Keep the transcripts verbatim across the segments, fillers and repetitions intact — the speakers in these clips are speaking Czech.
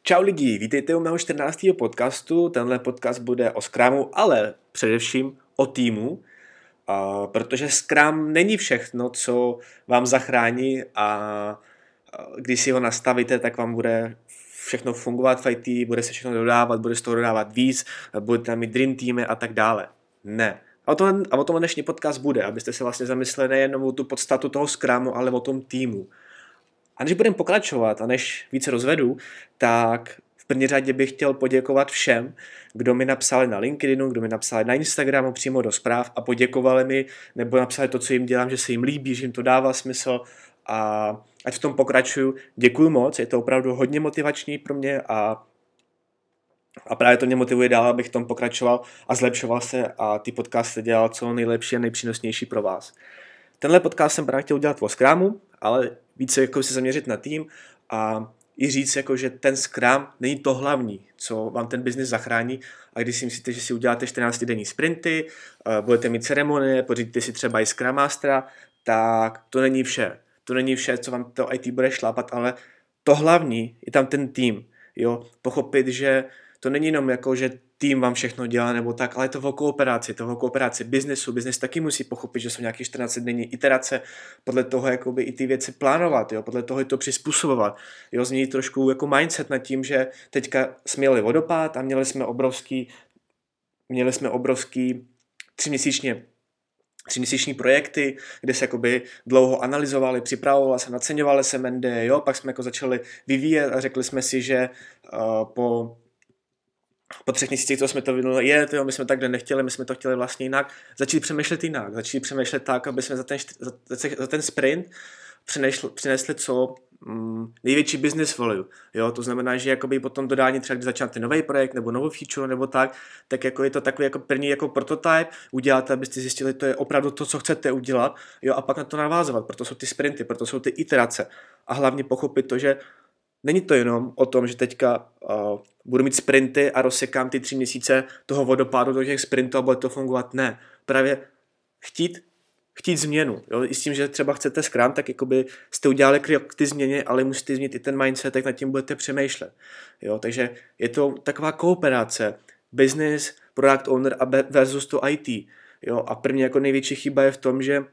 Čau lidi, vítejte u mého čtrnáctého podcastu. Tenhle podcast bude o Scrumu, ale především o týmu, uh, protože Scrum není všechno, co vám zachrání a uh, když si ho nastavíte, tak vám bude všechno fungovat v í té, bude se všechno dodávat, bude z toho dodávat víc, budete tam mít dream týmy a tak dále. Ne. A o tom, a o tom dnešní podcast bude, abyste se vlastně zamysleli nejen o tu podstatu toho Scrumu, ale o tom týmu. A než budeme pokračovat a než více rozvedu, tak v první řadě bych chtěl poděkovat všem, kdo mi napsali na LinkedInu, kdo mi napsali na Instagramu přímo do zpráv a poděkovali mi, nebo napsali to, co jim dělám, že se jim líbí, že jim to dává smysl a ať v tom pokračuju. Děkuju moc, je to opravdu hodně motivační pro mě a, a právě to mě motivuje dál, abych v tom pokračoval a zlepšoval se a ty podcasty dělal co nejlepší a nejpřínosnější pro vás. Tenhle podcast jsem právě chtěl udělat o Scrumu, ale více jako se zaměřit na tým a i říct, jako, že ten Scrum není to hlavní, co vám ten biznis zachrání. A když si myslíte, že si uděláte čtrnáctidenní sprinty, budete mít ceremonie, pořídíte si třeba i Scrum Mastera, tak to není vše. To není vše, co vám to í té bude šlápat, ale to hlavní je tam ten tým. Jo? Pochopit, že to není jenom jako, že tým vám všechno dělá nebo tak, ale je to o kooperaci, to o kooperaci biznesu. Biznes taky musí pochopit, že jsou nějaké čtrnáctidenní iterace, podle toho jakoby i ty věci plánovat, jo? Podle toho je to přizpůsobovat. Jo? Změnit trošku jako mindset nad tím, že teďka jsme měli vodopád a měli jsme obrovský, měli jsme obrovský tříměsíčně tříměsíční projekty, kde se jakoby dlouho analyzovali, připravovali se, naceňovali se M D, jo? Pak jsme jako začali vyvíjet a řekli jsme si, že uh, po Po třech měsících, co jsme to vydali, je, tyjo, my jsme takhle nechtěli, my jsme to chtěli vlastně jinak, začít přemýšlet jinak, začít přemýšlet tak, aby jsme za ten, za, za ten sprint přinesli, přinesli co mm, největší business value, jo, to znamená, že jakoby potom dodání třeba, když začínáte nový projekt nebo novou feature nebo tak, tak jako je to takový jako první jako prototype, uděláte, abyste zjistili, to je opravdu to, co chcete udělat, jo, a pak na to navázovat, proto jsou ty sprinty, proto jsou ty iterace a hlavně pochopit to, že není to jenom o tom, že teďka uh, budu mít sprinty a rozsekám ty tři měsíce toho vodopádu do těch sprintů a bude to fungovat. Ne. Právě chtít, chtít změnu. Jo? I s tím, že třeba chcete Scrum, tak jakoby jste udělali krok k ty změně, ale musíte změnit i ten mindset, tak nad tím budete přemýšlet. Jo? Takže je to taková kooperace. Business, product owner a versus to í té. Jo? A první jako největší chyba je v tom, že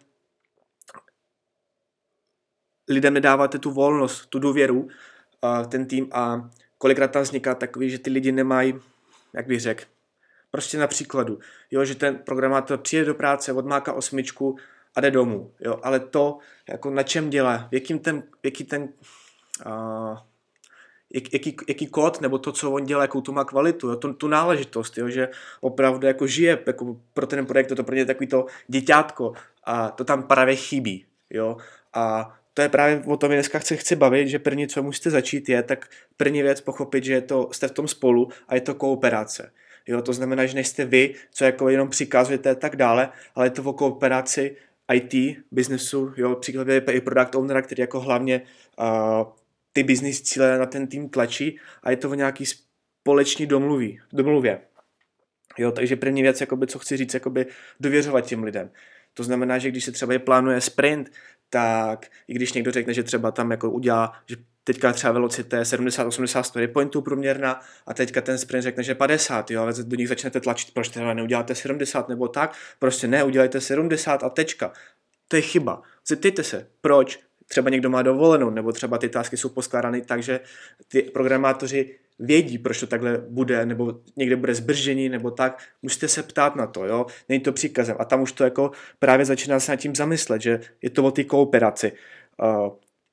lidem nedáváte tu volnost, tu důvěru, ten tým a kolikrát tam vzniká takový, že ty lidi nemají, jak bych řekl, prostě na příkladu, jo, že ten programátor přijde do práce, odmáká osmičku a jde domů, jo, ale to, jako na čem dělá, jakým ten, jaký ten, uh, jak, jaký, jaký kód, nebo to, co on dělá, jakou tu má kvalitu, jo, tu, tu náležitost, jo, že opravdu jako žije jako pro ten projekt, to pro ně takový to děťátko a to tam právě chybí, jo, a to je právě o tom, dneska chci, chci bavit, že první, co musíte začít, je tak první věc pochopit, že je to, jste v tom spolu a je to kooperace. Jo, to znamená, že nejste vy, co jako jenom přikazujete a tak dále, ale je to o kooperaci í té, businessu, jo, příklad je i product ownera, který jako hlavně uh, ty business cíle na ten tým tlačí a je to o nějaký společní domluví, domluvě. Jo, takže první věc, jakoby, co chci říct, jakoby důvěřovat těm lidem. To znamená, že když se třeba plánuje sprint, tak i když někdo řekne, že třeba tam jako udělá, že teďka třeba velocita je sedmdesát osmdesát story pointů průměrná a teďka ten sprint řekne, že padesát, jo, a do nich začnete tlačit, proč teda neuděláte sedmdesát nebo tak, prostě ne, udělejte sedmdesát a tečka. To je chyba. Zeptejte se, proč třeba někdo má dovolenou, nebo třeba ty tasky jsou poskládány tak, že ty programátoři vědí, proč to takhle bude, nebo někde bude zbržení, nebo tak, musíte se ptát na to, jo, není to příkazem. A tam už to jako právě začíná se nad tím zamyslet, že je to o té kooperaci. Uh,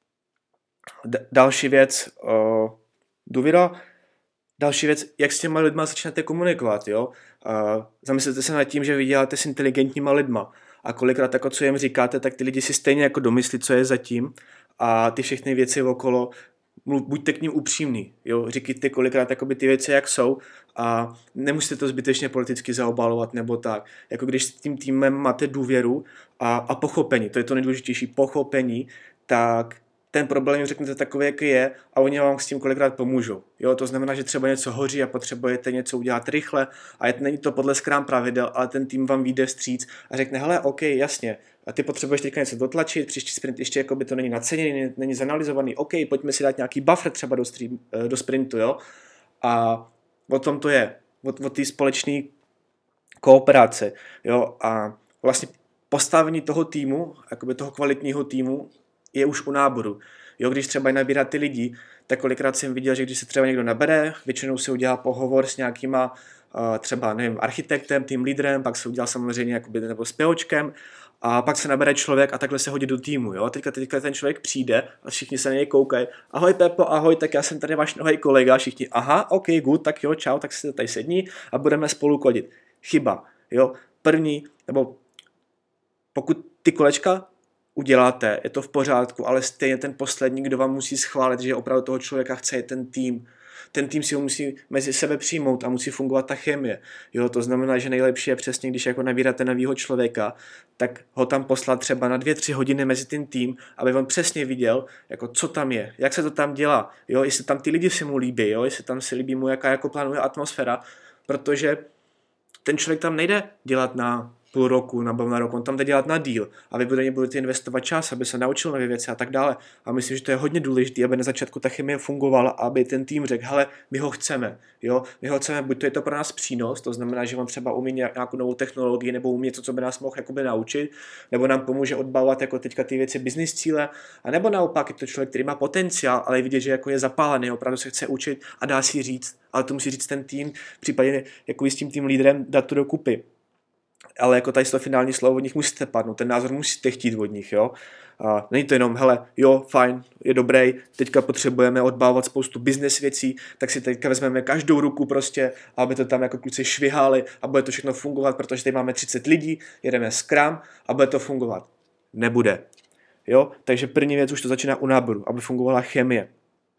d- další věc, uh, důvěra, další věc, jak s těma lidma začnete komunikovat, jo. Uh, zamyslete se nad tím, že vy děláte s inteligentníma lidma a kolikrát jako co jim říkáte, tak ty lidi si stejně jako domyslí, co je zatím a ty všechny věci okolo buďte k ním upřímný, jo, říkejte kolikrát jakoby ty věci, jak jsou a nemusíte to zbytečně politicky zaobalovat nebo tak. Jako když s tím týmem máte důvěru a, a pochopení, to je to nejdůležitější, pochopení, tak ten problém řeknete takový, jaký je a oni vám s tím kolikrát pomůžou. Jo, to znamená, že třeba něco hoří a potřebujete něco udělat rychle a je, není to podle Scrum pravidel, ale ten tým vám vyjde vstříc a řekne, hele, OK, jasně, a ty potřebuješ teďka něco dotlačit, příští sprint ještě jako by to není naceněný, není, není zanalizovaný, OK, pojďme si dát nějaký buffer třeba do, stream, do sprintu, jo. A o tom to je, o, o té společné kooperace, jo, a vlastně postavení toho týmu, jakoby toho kvalitního týmu, je už u náboru. Jo, když třeba nabírat ty lidi, tak kolikrát jsem viděl, že když se třeba někdo nabere, většinou se udělá pohovor s nějakýma uh, třeba, nevím, architektem, tým lídrem, pak se udělá samozřejmě jakoby, nebo s POčkem a pak se nabere člověk a takhle se hodí do týmu. Jo? Teďka, teďka ten člověk přijde a všichni se na něj koukají. Ahoj Pepo, ahoj, tak já jsem tady váš nový kolega. Všichni, aha, OK, good, tak jo, čau, tak si tady sedni a budeme spolu kodit. Chyba, jo, první, nebo pokud ty kolečka uděláte, je to v pořádku, ale stejně ten poslední, kdo vám musí schválit, že opravdu toho člověka chce, je ten tým. Ten tým si ho musí mezi sebe přijmout a musí fungovat ta chemie. Jo, to znamená, že nejlepší je přesně, když jako nabíráte novýho člověka, tak ho tam poslat třeba na dvě, tři hodiny mezi ten tým, aby on přesně viděl, jako co tam je, jak se to tam dělá, jo, jestli tam ty lidi si mu líbí, jo, jestli tam si líbí mu, jaká jako plánuje atmosféra, protože ten člověk tam nejde dělat na půl roku nebo na rok, on tam jde dělat na díl a vy budete, budete investovat čas, aby se naučil nové věci a tak dále. A myslím, že to je hodně důležité, aby na začátku ta chemie fungovala, aby ten tým řekl, hele, my ho chceme, jo, my ho chceme, buď to je to pro nás přínos, to znamená, že on třeba umí nějakou novou technologii nebo umí něco, co by nás mohl jakoby naučit, nebo nám pomůže odbavovat jako teďka ty věci business cíle, a nebo naopak je to člověk, který má potenciál, ale je vidět, že jako je zapálený, opravdu se chce učit a dá si říct, ale to musí říct ten tým, případně jako s tím tým lídrem dát to dokupy. Ale jako tady to finální slovo od nich musíte padnout, ten názor musíte chtít od nich, jo. A není to jenom, hele, jo, fajn, je dobrý, teďka potřebujeme odbavovat spoustu business věcí, tak si teďka vezmeme každou ruku prostě, aby to tam jako kluci švihali a bude to všechno fungovat, protože tady máme třicet lidí, jedeme Scrum a bude to fungovat. Nebude. Jo, takže první věc už to začíná u náboru, aby fungovala chemie.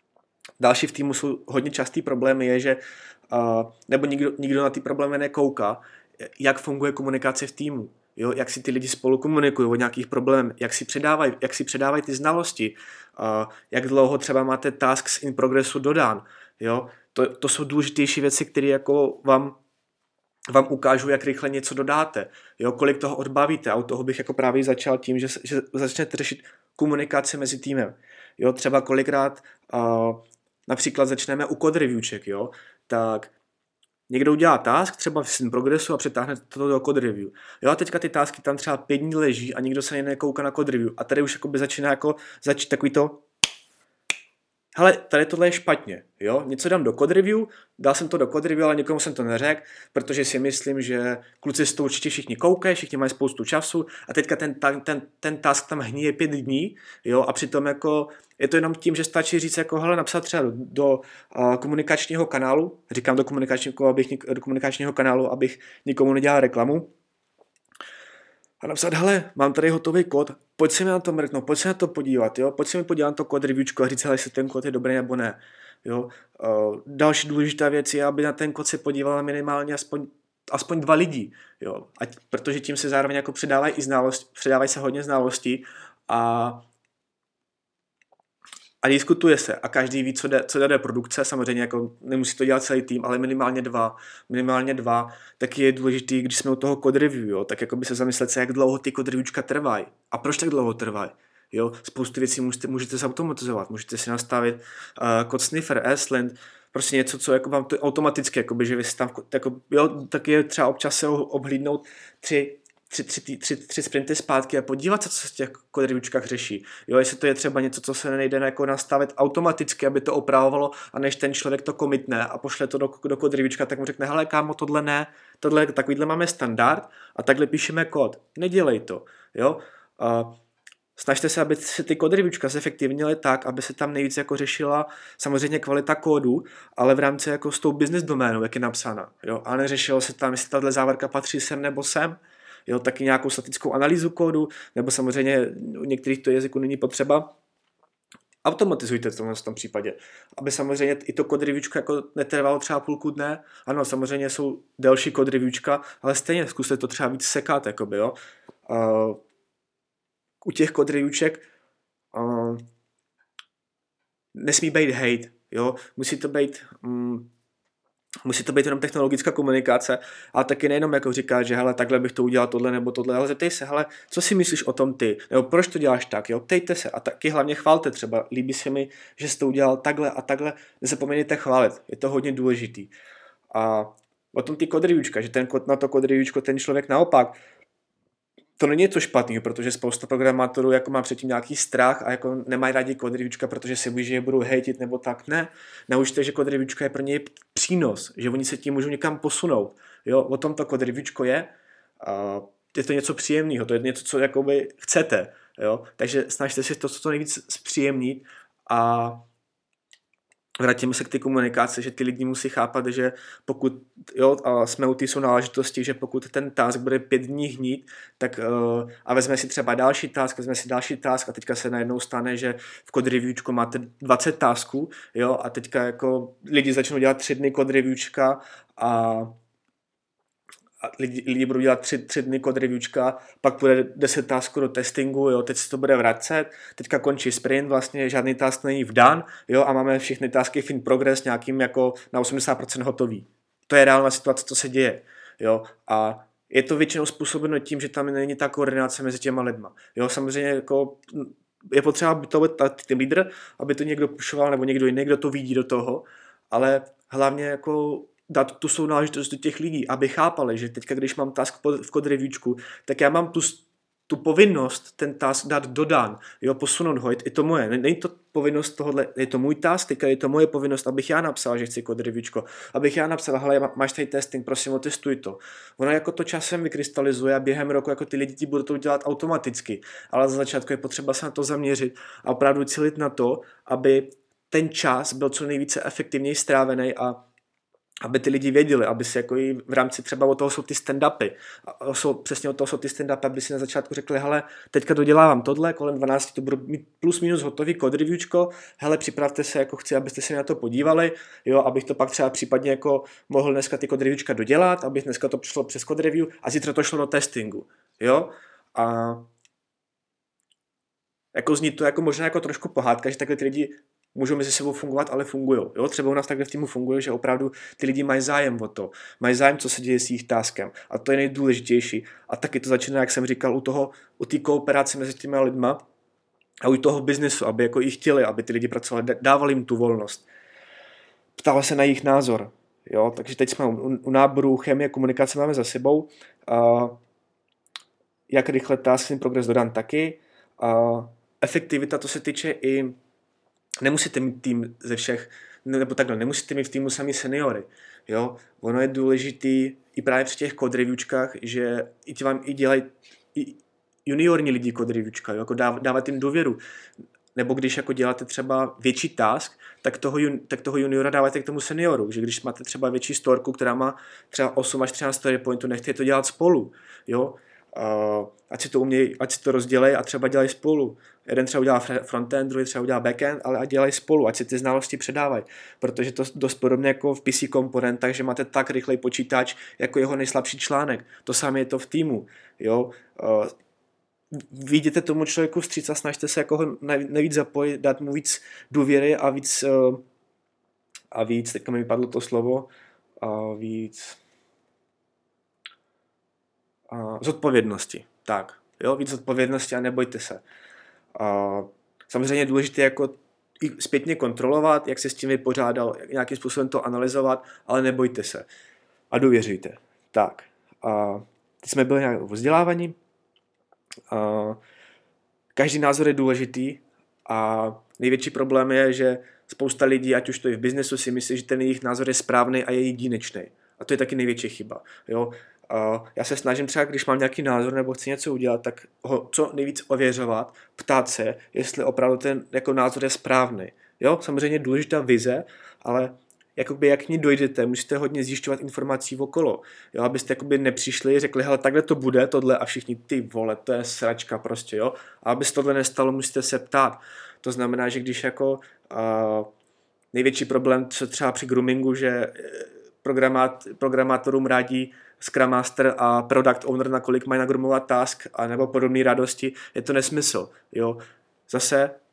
Další v týmu jsou hodně častý problémy je, že uh, nebo nikdo, nikdo na ty problémy nekouká, jak funguje komunikace v týmu, jo? Jak si ty lidi spolu komunikují o nějakých problémech, jak si předávají, jak si předávají ty znalosti, uh, jak dlouho třeba máte tasks in progressu dodán, jo? To, to jsou důležitější věci, které jako vám, vám ukážou, jak rychle něco dodáte, jo? Kolik toho odbavíte, a u toho bych jako právě začal tím, že, že začnete řešit komunikaci mezi týmem, jo? Třeba kolikrát uh, například začneme u code reviewček, jo? Tak někdo udělá task, třeba v in progressu a přetáhne to do code review. Jo, a teďka ty tasky tam třeba pět dní leží a nikdo se nekouká na code review. A tady už jakoby začíná jako začít takový to, hele, tady tohle je špatně, jo, něco dám do code review, dal jsem to do code review, ale nikomu jsem to neřekl, protože si myslím, že kluci si to určitě všichni koukají, všichni mají spoustu času a teďka ten, ten, ten task tam hníje pět dní, jo, a přitom jako je to jenom tím, že stačí říct jako, hele, napsat třeba do, do uh, komunikačního kanálu, říkám do komunikačního, abych, do komunikačního kanálu, abych nikomu nedělal reklamu, a napsat, hele, mám tady hotový kód, pojď se mi na to mrknout, pojď se na to podívat, jo, pojď se mi podívat na to kód reviewčko a říct, hele, jestli ten kód je dobrý nebo ne, jo. Uh, další důležitá věc je, aby na ten kód se podívala minimálně aspoň, aspoň dva lidi, jo, ať, protože tím se zároveň jako předávají i znalosti, předávají se hodně znalostí a A diskutuje se a každý ví, co jde, co jde do produkce, samozřejmě jako nemusí to dělat celý tým, ale minimálně dva, minimálně dva, tak je důležitý, když jsme u toho code review, jo, tak jako by se zamyslet se, jak dlouho ty code reviewčka trvají a proč tak dlouho trvají. Jo, spoustu věcí můžete, můžete zautomatizovat, můžete si nastavit uh, code sniffer, ESLint, prostě něco, co jako vám to automaticky, jakoby, že vy si tam, jako, jo, tak je třeba občas se obhlídnout tři Tři, tři, tři, tři sprinty zpátky a podívat se, co se v těch code reviewčkách řeší. Jo, jestli to je třeba něco, co se nejde jako nastavit automaticky, aby to opravovalo, a než ten člověk to commitne a pošle to do, do code reviewčka, tak mu řekne, hele kámo, tohle ne, tohle, takovýhle máme standard a takhle píšeme kód. Nedělej to. Jo? Uh, snažte se, aby se ty code reviewčka zefektivnily tak, aby se tam nejvíc jako řešila samozřejmě kvalita kódu, ale v rámci jako s tou business doménou, jak je napsána. Jo? A neřešilo se tam, jestli tahle závorka patří sem nebo sem. Jo, taky nějakou statickou analýzu kódu, nebo samozřejmě u některých to jazyků není potřeba. Automatizujte to v tom případě, aby samozřejmě i to code reviewčka jako netrvalo třeba půlku dne. Ano, samozřejmě jsou delší code reviewčka, ale stejně zkuste to třeba víc sekat, jakoby, jo. Uh, u těch code reviewček uh, nesmí být hate, jo, musí to být... Mm, Musí to být jenom technologická komunikace, ale taky nejenom jako říkat, že hele, takhle bych to udělal tohle nebo tohle, ale zeptej se, hele, co si myslíš o tom ty, nebo proč to děláš tak, jo, ptejte se a taky hlavně chválte třeba, líbí se mi, že jsi to udělal takhle a takhle, nezapomeňte chválit, je to hodně důležitý. A o tom ty code reviewčka, že ten kod na to code reviewčko, ten člověk naopak, to není něco špatného, protože spousta programátorů jako má předtím nějaký strach a jako nemají rádi code reviewčka, protože si bojí, že je budou hejtit nebo tak. Ne, naučte, že code reviewčka je pro ně přínos, že oni se tím můžou někam posunout. Jo, o tom to code reviewčko je. A je to něco příjemného, to je něco, co jakoby chcete. Jo? Takže snažte si to co nejvíc zpříjemnit a vrátíme se k té komunikaci, že ty lidi musí chápat, že pokud, jo, a jsme u té jsou náležitosti, že pokud ten task bude pět dní hnít, tak uh, a vezme si třeba další task, vezme si další task a teďka se najednou stane, že v code reviewčku máte dvacet tasků, jo, a teďka jako lidi začnou dělat tři dny code reviewčka a a lidi, lidi budou dělat tři, tři dny code reviewčka, pak bude deset tasků do testingu, jo, teď se to bude vracet, teďka končí sprint, vlastně žádný task není vdan, jo, a máme všechny tasky in progress nějakým jako na osmdesát procent hotový. To je reálná situace, co se děje, jo, a je to většinou způsobeno tím, že tam není ta koordinace mezi těma lidma, jo, samozřejmě jako je potřeba, aby to byl ten lídr, aby to někdo pušoval, nebo někdo jiný, kdo to vidí do toho, ale hlavně jako dát tu sounáležitost do těch lidí, aby chápali, že teďka, když mám task v code reviewčku, tak já mám tu, tu povinnost ten task dát dodán, jo, posunout ho, je to moje, není to povinnost tohohle, je to můj task, teďka je to moje povinnost, abych já napsal, že chci code reviewčko, abych já napsal, hele, máš tady testing, prosím, otestuj to. Ono jako to časem vykrystalizuje a během roku jako ty lidi ti budou to dělat automaticky, ale za začátku je potřeba se na to zaměřit a opravdu cílit na to, aby ten čas byl co nejvíce efektivněji strávený a aby ty lidi věděli, aby si jako i v rámci třeba od toho jsou ty stand-upy. A jsou, přesně od toho jsou ty stand-upy, aby si na začátku řekli, hele, teďka dodělávám tohle, kolem dvanácti to budu mít plus minus hotový code reviewčko, hele, připravte se, jako chci, abyste se na to podívali, jo, abych to pak třeba případně jako mohl dneska ty code reviewčka dodělat, abych dneska to šlo přes code review a zítra to šlo do testingu, jo. A jako zní to jako možná jako trošku pohádka, že takhle ty lidi můžou mezi sebou fungovat, ale fungují. Jo? Třeba u nás takhle v týmu funguje, že opravdu ty lidi mají zájem o to. Mají zájem, co se děje s jejich taskem. A to je nejdůležitější. A taky to začíná, jak jsem říkal, u toho, u té kooperace mezi těmi lidma a u toho biznesu, aby jako i chtěli, aby ty lidi pracovali, dávali jim tu volnost. Ptali se na jejich názor. Jo? Takže teď jsme u, u náboru chemie, komunikace máme za sebou. A jak rychle task in progress dodám taky. A efektivita, to se týče i nemusíte mít tým ze všech, nebo takhle, nemusíte mít v týmu sami seniory, jo. Ono je důležitý i právě při těch code reviewčkách, že i ti vám i dělají i juniorní lidi code reviewčka, jo, jako dávat jim důvěru. Nebo když jako děláte třeba větší task, tak toho, tak toho juniora dáváte k tomu senioru, že když máte třeba větší storku, která má třeba osm až třináct story pointů, nechte to dělat spolu, jo. Uh, ať si to umějí, ať si to rozdělej a třeba dělají spolu. Jeden třeba udělá frontend, druhý třeba udělá backend, ale ať dělají spolu, ať si ty znalosti předávají. Protože to dost podobně jako v P C komponentách, že máte tak rychlej počítač jako jeho nejslabší článek. To samé je to v týmu. Jo? Uh, vidíte tomu člověku vstříc a snažte se jako ho nejvíc zapojit, dát mu víc důvěry a víc uh, a víc, teďka mi vypadlo to slovo, a víc a zodpovědnosti. Tak, jo, víc zodpovědnosti a nebojte se. A samozřejmě je důležité jako i zpětně kontrolovat, jak se s tím vypořádal, nějakým způsobem to analyzovat, ale nebojte se. A důvěřujte. Tak. A teď jsme byli nějak v vzdělávání. A každý názor je důležitý a největší problém je, že spousta lidí, ať už to je v biznesu, si myslí, že ten jejich názor je správný a je jedinečný. A to je taky největší chyba. Jo? Uh, já se snažím třeba, když mám nějaký názor nebo chci něco udělat, tak ho co nejvíc ověřovat, ptát se, jestli opravdu ten jako názor je správný. Jo, samozřejmě je důležitá vize, ale jakoby jak k ní dojdete, musíte hodně zjišťovat informací okolo. Jo, abyste jakoby nepřišli, řekli, hele, takhle to bude, tohle a všichni, ty vole, to je sračka prostě, jo. A aby se tohle nestalo, musíte se ptát. To znamená, že když jako uh, největší problém, co třeba při groomingu, že programát, programátorům radí Scrum Master a Product Owner, na kolik mají nagrumovat task a nebo podobné radosti, je to nesmysl. Jo. Zase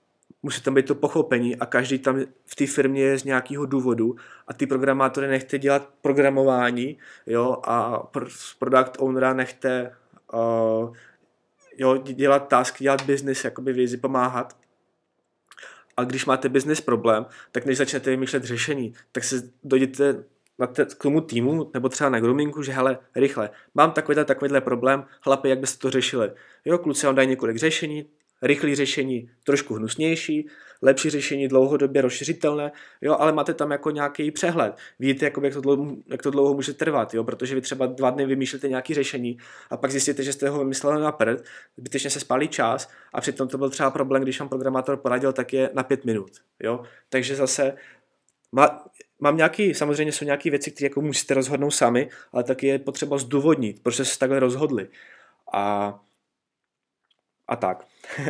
musí tam být to pochopení a každý tam v té firmě je z nějakého důvodu a ty programátory nechte dělat programování, jo, a product ownera nechte uh, jo, dělat tasky, dělat business, jakoby vizi, pomáhat. A když máte business problém, tak než začnete vymýšlet řešení, tak se dojděte na te, k tomu týmu, nebo třeba na groomingu, že hele, rychle, mám takovýhle, takovýhle problém, chlapi, jak byste to řešili? Jo, kluci vám dají několik řešení, rychlé řešení, trošku hnusnější, lepší řešení, dlouhodobě rozšiřitelné, jo, ale máte tam jako nějaký přehled. Víte, jako jak, to dlouho, jak to dlouho může trvat, jo, protože vy třeba dva dny vymýšlíte nějaké řešení a pak zjistíte, že jste ho vymysleli na prd, zbytečně se spálí čas a přitom to byl třeba problém, když vám programátor poradil, tak je na pět minut, jo. Takže zase má, mám nějaký, samozřejmě jsou nějaké věci, které jako musíte rozhodnout sami, ale taky je potřeba zdůvodnit, proč jste se takhle rozhodli. A A tak.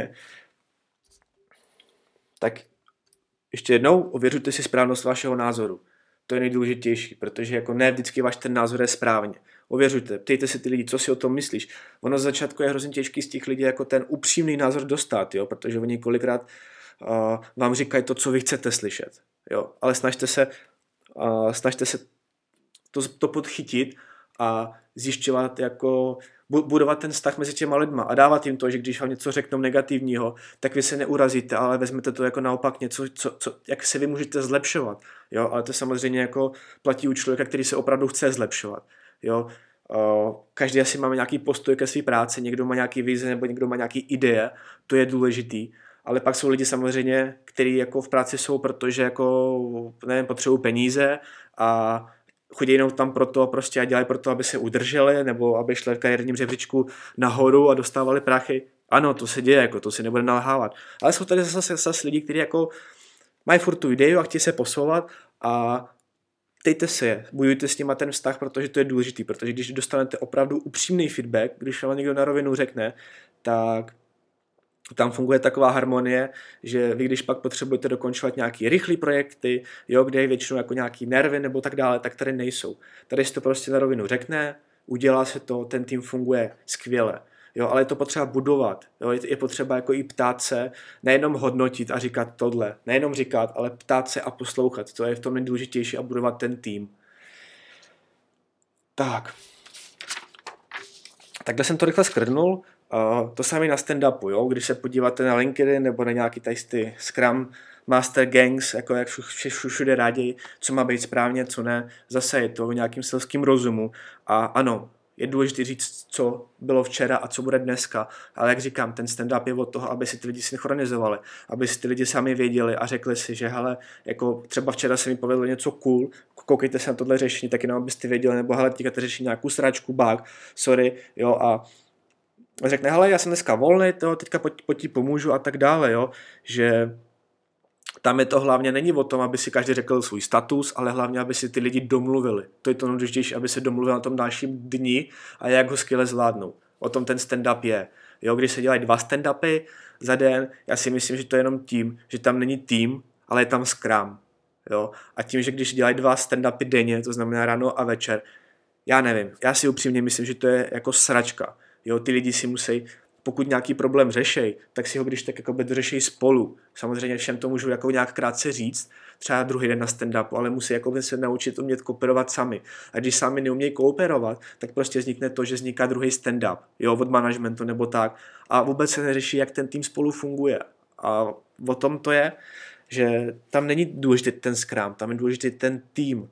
Tak ještě jednou ověřujte si správnost vašeho názoru. To je nejdůležitější, protože jako ne vždycky váš ten názor je správně. Ověřujte, ptejte se ty lidi, co si o tom myslíš. Ono z začátku je hrozně těžký z těch lidí jako ten upřímný názor dostat, jo? Protože oni kolikrát uh, vám říkají to, co vy chcete slyšet. Jo? Ale snažte se, uh, snažte se to, to podchytit a zjišťovat, jako budovat ten vztah mezi těma lidma a dávat jim to, že když vám něco řeknou negativního, tak vy se neurazíte, ale vezmete to jako naopak něco, co, co, jak se vy můžete zlepšovat. Jo? Ale to samozřejmě jako platí u člověka, který se opravdu chce zlepšovat. Jo? Každý asi máme nějaký postoj ke své práci, někdo má nějaký vize nebo někdo má nějaký ideje, to je důležitý. Ale pak jsou lidi samozřejmě, kteří jako v práci jsou, protože jako, nevím, potřebují peníze a chodí jenom tam proto prostě a dělají proto, aby se udrželi nebo aby šli v kariérním žebříčku nahoru a dostávali prachy. Ano, to se děje, jako to si nebude nalhávat. Ale jsou tady zase, zase lidi, kteří jako mají furt tu ideu a chtějí se posouvat a ptejte se je, bojujte s nima ten vztah, protože to je důležitý, protože když dostanete opravdu upřímný feedback, když vám někdo na rovinu řekne, tak tam funguje taková harmonie, že vy když pak potřebujete dokončovat nějaký rychlý projekty, jo, kde je většinou jako nějaký nervy nebo tak dále, tak tady nejsou. Tady si to prostě na rovinu řekne, udělá se to, ten tým funguje skvěle. Jo, ale je to potřeba budovat, jo, je potřeba jako i ptát se, nejenom hodnotit a říkat tohle, nejenom říkat, ale ptát se a poslouchat, to je v tom nejdůležitější a budovat ten tým. Tak. Takhle jsem to rychle skrnul. Uh, to samé na stand-upu, jo? Když se podíváte na LinkedIn nebo na nějaký tady ty Scrum Master Gangs, jako jak všude ráději, co má být správně, co ne, zase je to v nějakým selským rozumu a ano, je důležité říct, co bylo včera a co bude dneska, ale jak říkám, ten stand-up je od toho, aby si ty lidi synchronizovali, aby si ty lidi sami věděli a řekli si, že hele, jako třeba včera se mi povedlo něco cool, koukejte se na tohle řešení, tak jenom abyste věděli, nebo hele, teďka řešení nějakou sračku, bug, sorry, jo, a řekne, hele, já jsem dneska volný, to, teďka po, po ti pomůžu a tak dále, jo, že tam je to hlavně není o tom, aby si každý řekl svůj status, ale hlavně, aby si ty lidi domluvili. To je to nejdůležitější, aby se domluvili na tom dalším dni a jak ho skvěle zvládnou. O tom ten stand-up je. Jo, když se dělají dva stand-upy za den, já si myslím, že to je jenom tím, že tam není tým, ale je tam Scrum. Jo? A tím, že když dělají dva stand-upy denně, to znamená ráno a večer, já nevím, já si upřímně myslím, že to je jako sračka. Jo, ty lidi si musí, pokud nějaký problém řešej, tak si ho když tak jako dořešej spolu. Samozřejmě všem to můžu jako nějak krátce říct, třeba druhý den na stand-upu, ale musí jako se naučit umět kooperovat sami. A když sami neumějí kooperovat, tak prostě vznikne to, že vzniká druhý stand-up, jo, od managementu nebo tak. A vůbec se neřeší, jak ten tým spolu funguje. A o tom to je, že tam není důležitý ten Scrum, tam je důležitý ten tým.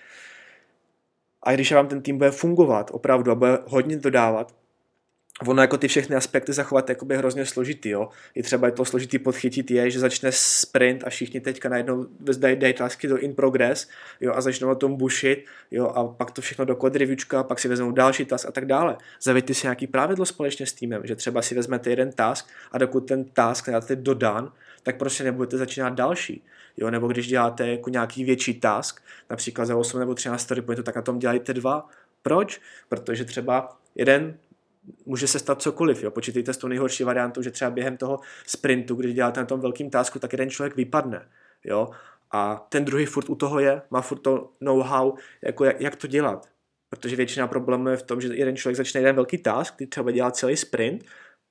A když vám ten tým bude fungovat opravdu a bude hodně dodávat, ono jako ty všechny aspekty zachovat jakoby hrozně složitý, jo. I třeba je to složitý podchytit je, že začne sprint a všichni teďka najednou dají, dají tasky do in progress, jo, a začnou o tom bušit, jo, a pak to všechno do code reviewčka, pak si vezmou další task a tak dále. Zaveďte si nějaký pravidlo společně s týmem, že třeba si vezmete jeden task a dokud ten task nedáte dodán, tak prostě nebudete začínat další. Jo, nebo když děláte jako nějaký větší task, například za osm nebo třináct story pointů, tak na tom dělejte dva. Proč? Protože třeba jeden může se stát cokoliv, jo. Počítejte s tou nejhorší variantou, že třeba během toho sprintu, když děláte na tom velkým tasku, tak jeden člověk vypadne, jo. A ten druhý furt u toho je, má furt to know-how, jako jak, jak to dělat. Protože většina problémů je v tom, že jeden člověk začne jeden velký task, který třeba dělá celý sprint,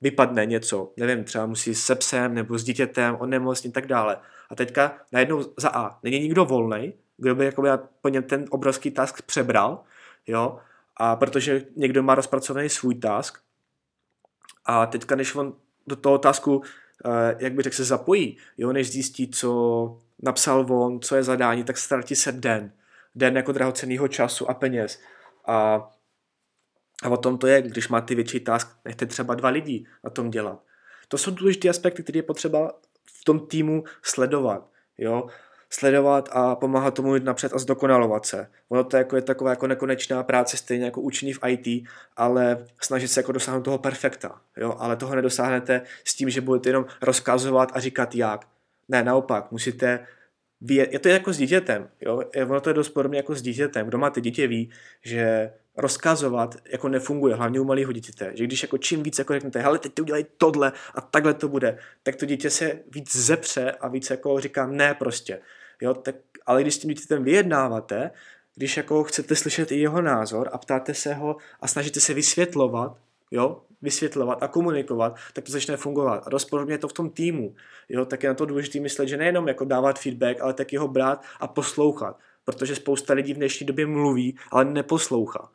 vypadne něco, nevím, třeba musí se psem nebo s dítětem, onemocnit a tak dále. A teďka najednou za A není nikdo volnej, kdo by jakoby po něm ten obrovský task přebral, jo, a protože někdo má rozpracovaný svůj task a teďka, než on do toho tasku, jak by řekl, se zapojí, jo, než zjistí, co napsal on, co je zadání, tak ztratí se den. Den jako drahocennýho času a peněz. A, a o tom to je, když máte větší task, nechte třeba dva lidi na tom dělat. To jsou důležité aspekty, které je potřeba v tom týmu sledovat, jo. Sledovat a pomáhat tomu jít napřed a zdokonalovat se. Ono to jako je taková jako nekonečná práce, stejně jako učení v í té, ale snažit se jako dosáhnout toho perfekta. Jo? Ale toho nedosáhnete s tím, že budete jenom rozkazovat a říkat jak. Ne, naopak, musíte vědět, je to jako s dítětem. Jo? Ono to je dost podobně jako s dítětem. Kdo máte dítě, ví, že rozkazovat jako nefunguje, hlavně u malého dítěte. Že když jako čím víc jako řeknete, hele, teď ty udělej tohle a takhle to bude, tak to dítě se víc zepře a víc jako říká ne prostě. Jo, tak, ale když s tím dítětem vyjednáváte, když jako chcete slyšet i jeho názor a ptáte se ho a snažíte se vysvětlovat, jo, vysvětlovat a komunikovat, tak to začne fungovat. A dost podobně je to v tom týmu. Jo, tak je na to důležité myslet, že nejenom jako dávat feedback, ale taky ho brát a poslouchat. Protože spousta lidí v dnešní době mluví, ale neposlouchá.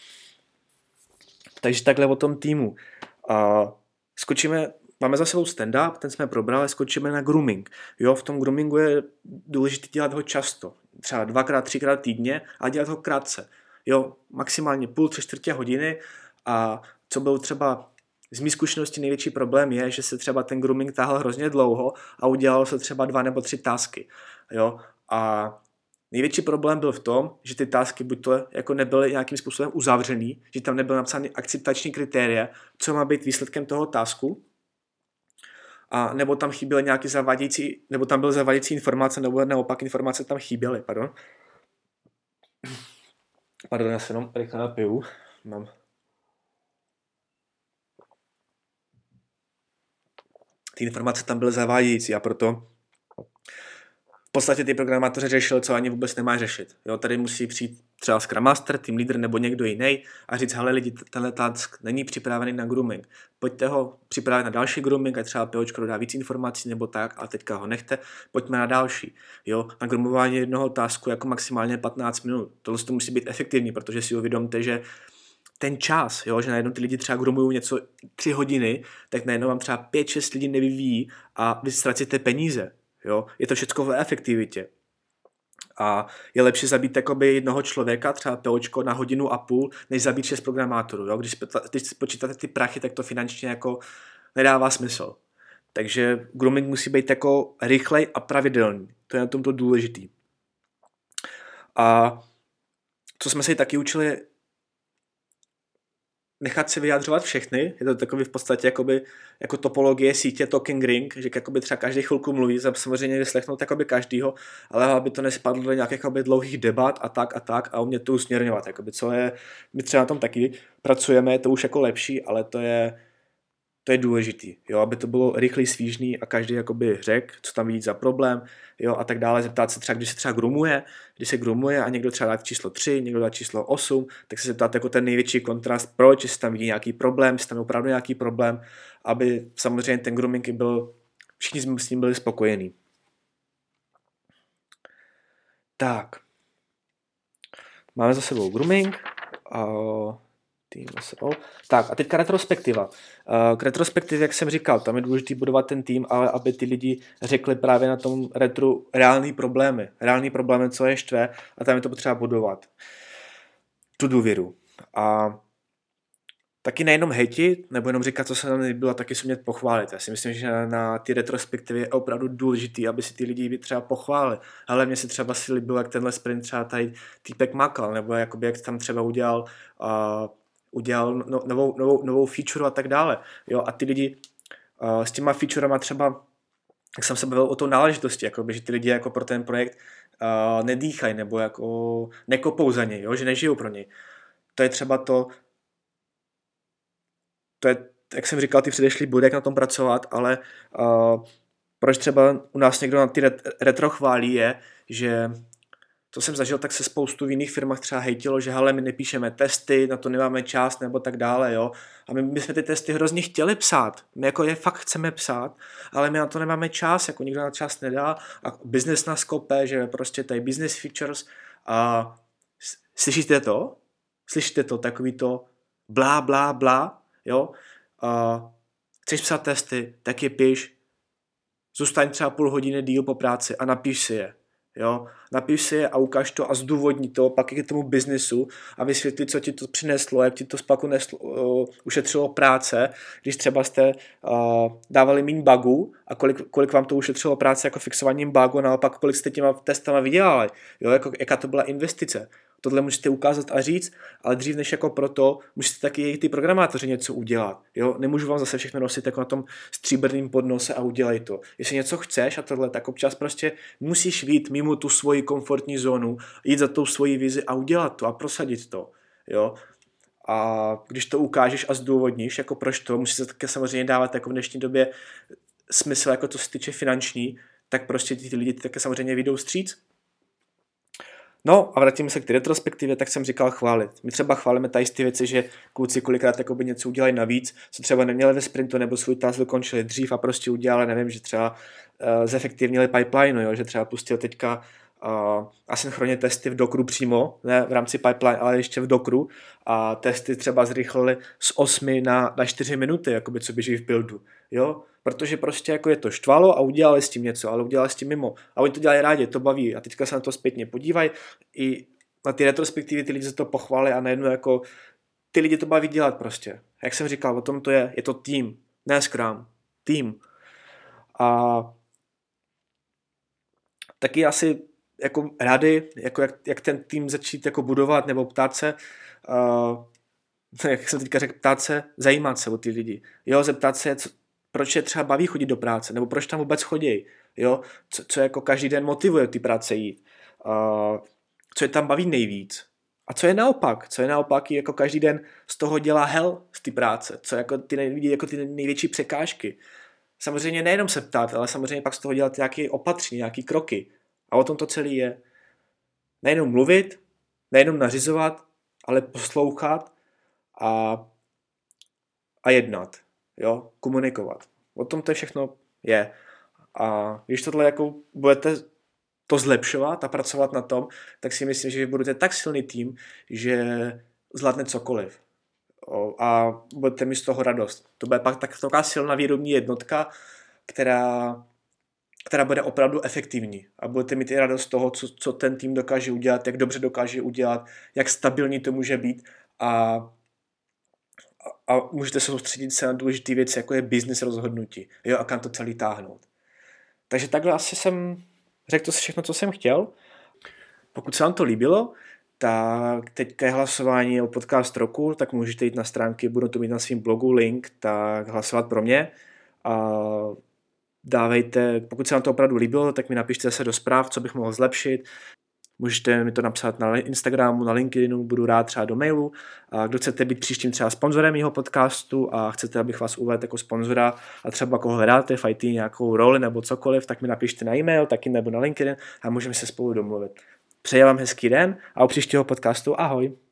Takže takhle o tom týmu. A skočíme, máme za sebou stand-up, ten jsme probrali, skočíme na grooming. Jo, v tom groomingu je důležité dělat ho často. Třeba dvakrát, třikrát týdně a dělat ho krátce. Jo, maximálně půl, tři čtvrtě hodiny. A co byl třeba z mý zkušenosti největší problém je, že se třeba ten grooming táhl hrozně dlouho a udělalo se třeba dva nebo tři tasky. Jo, a největší problém byl v tom, že ty tasky buď to jako nebyly nějakým způsobem uzavřený, že tam nebyly napsány akceptační kritéria, co má být výsledkem toho tasku, a nebo tam chyběly nějaké zavádějící, nebo tam byly zavádějící informace, nebo naopak informace tam chyběly, pardon. Pardon, já se jenom rychle napiju. Mám. Ty informace tam byly zavádějící a proto v podstatě ty programátoři řešili, co ani vůbec nemá řešit. Jo, tady musí přijít třeba Scrum Master, Team Leader nebo někdo jiný a říct, hele lidi, tenhle task není připravený na grooming. Pojďte ho připravit na další grooming a třeba POčko dodá víc informací nebo tak, ale teďka ho nechte, pojďme na další. Jo, na groomování jednoho tasku jako maximálně patnáct minut. Tohle to musí být efektivní, protože si uvědomte, že ten čas, jo, že najednou ty lidi třeba groomují něco tři hodiny, tak najednou vám třeba pět šest lidí nevyvíjí a vy ztracíte peníze. Jo? Je to všechno v efektivitě. A je lepší zabít jakoby jednoho člověka, třeba POčko na hodinu a půl, než zabít šest programátorů. Jo? Když, když počítáte ty prachy, tak to finančně jako nedává smysl. Takže grooming musí být jako rychlej a pravidelný. To je na tomto důležitý. A co jsme se taky učili, nechat si vyjadřovat všechny, je to takový v podstatě jakoby, jako topologie sítě talking ring, že jakoby třeba každý chvilku mluví, samozřejmě vyslechnout jakoby každýho, ale aby to nespadlo do nějakých jakoby dlouhých debat a tak a tak a umět to usměrňovat, jakoby, co je, my třeba na tom taky pracujeme, je to už jako lepší, ale to je, to je důležitý, jo, aby to bylo rychlý, svížný a každý jakoby řekl, co tam vidí za problém, jo, a tak dále, zeptat se třeba, když se třeba groomuje, když se groomuje a někdo třeba dá číslo tři, někdo dá číslo osm, tak se zeptat jako ten největší kontrast, proč, jestli tam vidí nějaký problém, jestli tam je opravdu nějaký problém, aby samozřejmě ten grooming byl, všichni jsme s ním byli spokojení. Tak. Máme za sebou grooming. Uh, tak a teďka retrospektiva. K retrospektivě, jak jsem říkal, tam je důležité budovat ten tým, ale aby ty lidi řekli právě na tom retru reální problémy. Reální problémy, co je štve a tam je to potřeba budovat. Tu důvěru. A taky nejenom hejtit, nebo jenom říkat, co se nám nelíbilo, taky se umět pochválit. Já si myslím, že na, na ty retrospektivě je opravdu důležitý, aby si ty lidi třeba pochválili. Ale mně se třeba si líbilo, jak tenhle sprint třeba tady týpek makal, nebo jakoby, jak tam třeba udělal uh, udělal no, novou, novou, novou feature a tak dále. Jo, a ty lidi uh, s těma featurema třeba, jak jsem se bavil o tom náležitosti, jakoby, že ty lidi jako pro ten projekt uh, nedýchají nebo jako nekopou za něj, jo, že nežijou pro něj. To je třeba to, to je, jak jsem říkal, ty předešlý body, jak na tom pracovat, ale uh, proč třeba u nás někdo na ty ret- retro chválí je, že co jsem zažil, tak se spoustu v jiných firmách třeba hejtilo, že hele, my nepíšeme testy, na to nemáme čas nebo tak dále, jo. A my, my jsme ty testy hrozně chtěli psát. My jako je fakt chceme psát, ale my na to nemáme čas, jako nikdo na čas nedá a business nás kope, že prostě tady business features a slyšíte to? Slyšíte to? Takový to blá, blá, blá, jo. A chceš psát testy, tak je píš, zůstaň třeba půl hodiny díl po práci a napíš si je. Jo, napiš si je a ukáž to a zdůvodni to pak k tomu biznesu a vysvětli, co ti to přineslo, jak ti to spaku neslo, uh, ušetřilo práce, když třeba jste uh, dávali méně bugů a kolik, kolik vám to ušetřilo práce jako fixováním bugu a naopak kolik jste těma testama vydělali, jo, jako, jaká to byla investice. Tohle můžete ukázat a říct, ale dřív než jako proto musíte taky ty programátoři něco udělat. Jo? Nemůžu vám zase všechno nosit jako na tom stříbrném podnose a udělej to. Jestli něco chceš a tohle, tak občas prostě musíš vyjít mimo tu svoji komfortní zónu, jít za tou svoji vizi a udělat to a prosadit to. Jo? A když to ukážeš a zdůvodníš, jako proč to, musí se také samozřejmě dávat jako v dnešní době smysl, jako to se týče finanční, tak prostě ty lidi také samozřejmě vyjdou vstříc. No a vrátíme se k té retrospektivě, tak jsem říkal chválit. My třeba chválíme tady ty věci, že kluci kolikrát jakoby něco udělají navíc, co třeba neměli ve sprintu nebo svůj task dokončili dřív a prostě udělali, nevím, že třeba uh, zefektivnili pipeline, jo, že třeba pustil teďka uh, asynchronně testy v Dockeru přímo, ne v rámci pipeline, ale ještě v Dockeru a testy třeba zrychlili z osmi na, na čtyři minuty, jakoby co běží v buildu, jo. Protože prostě jako je to štvalo a udělali s tím něco, ale udělali s tím mimo. A oni to dělají rádi, to baví a teďka se na to zpětně podívají. I na ty retrospektivy ty lidi se to pochválí a najednou jako ty lidi to baví dělat prostě. Jak jsem říkal, o tom to je, je to tým, ne Scrum, tým. A taky asi jako rady, jako jak, jak ten tým začít jako budovat nebo ptát se, uh, jak jsem teďka řekl, ptát se, zajímat se o ty lidi. Jo, zeptat se, co, proč je třeba baví chodit do práce, nebo proč tam vůbec chodí, jo, co, co jako každý den motivuje ty práce jít, uh, co je tam baví nejvíc a co je naopak, co je naopak jako každý den z toho dělá hell z ty práce, co jako ty nejvidí jako ty největší překážky. Samozřejmě nejenom se ptát, ale samozřejmě pak z toho dělat nějaké opatření, nějaké kroky a o tom to celé je. Nejenom mluvit, nejenom nařizovat, ale poslouchat a, a jednat. Jo, komunikovat. O tom to všechno je. A když tohle jako budete to zlepšovat a pracovat na tom, tak si myslím, že budete tak silný tým, že zvládne cokoliv. A budete mít z toho radost. To bude pak tak taková silná výrobní jednotka, která, která bude opravdu efektivní. A budete mít i radost z toho, co, co ten tým dokáže udělat, jak dobře dokáže udělat, jak stabilní to může být a a můžete se soustředit se na důležité věci, jako je business rozhodnutí, jo, a kam to celý táhnout. Takže takhle asi jsem řekl to všechno, co jsem chtěl. Pokud se vám to líbilo, tak teďka je hlasování o podcast roku, tak můžete jít na stránky, budu to mít na svém blogu link, tak hlasovat pro mě. A dávejte, pokud se vám to opravdu líbilo, tak mi napište se do zpráv, co bych mohl zlepšit. Můžete mi to napsat na Instagramu, na LinkedInu, budu rád třeba do mailu. A kdo chcete být příštím třeba sponzorem mého podcastu a chcete, abych vás uvedl jako sponzora a třeba jako hledáte v í té nějakou roli nebo cokoliv, tak mi napište na e-mail, taky nebo na LinkedIn a můžeme se spolu domluvit. Přeji vám hezký den a u příštího podcastu ahoj.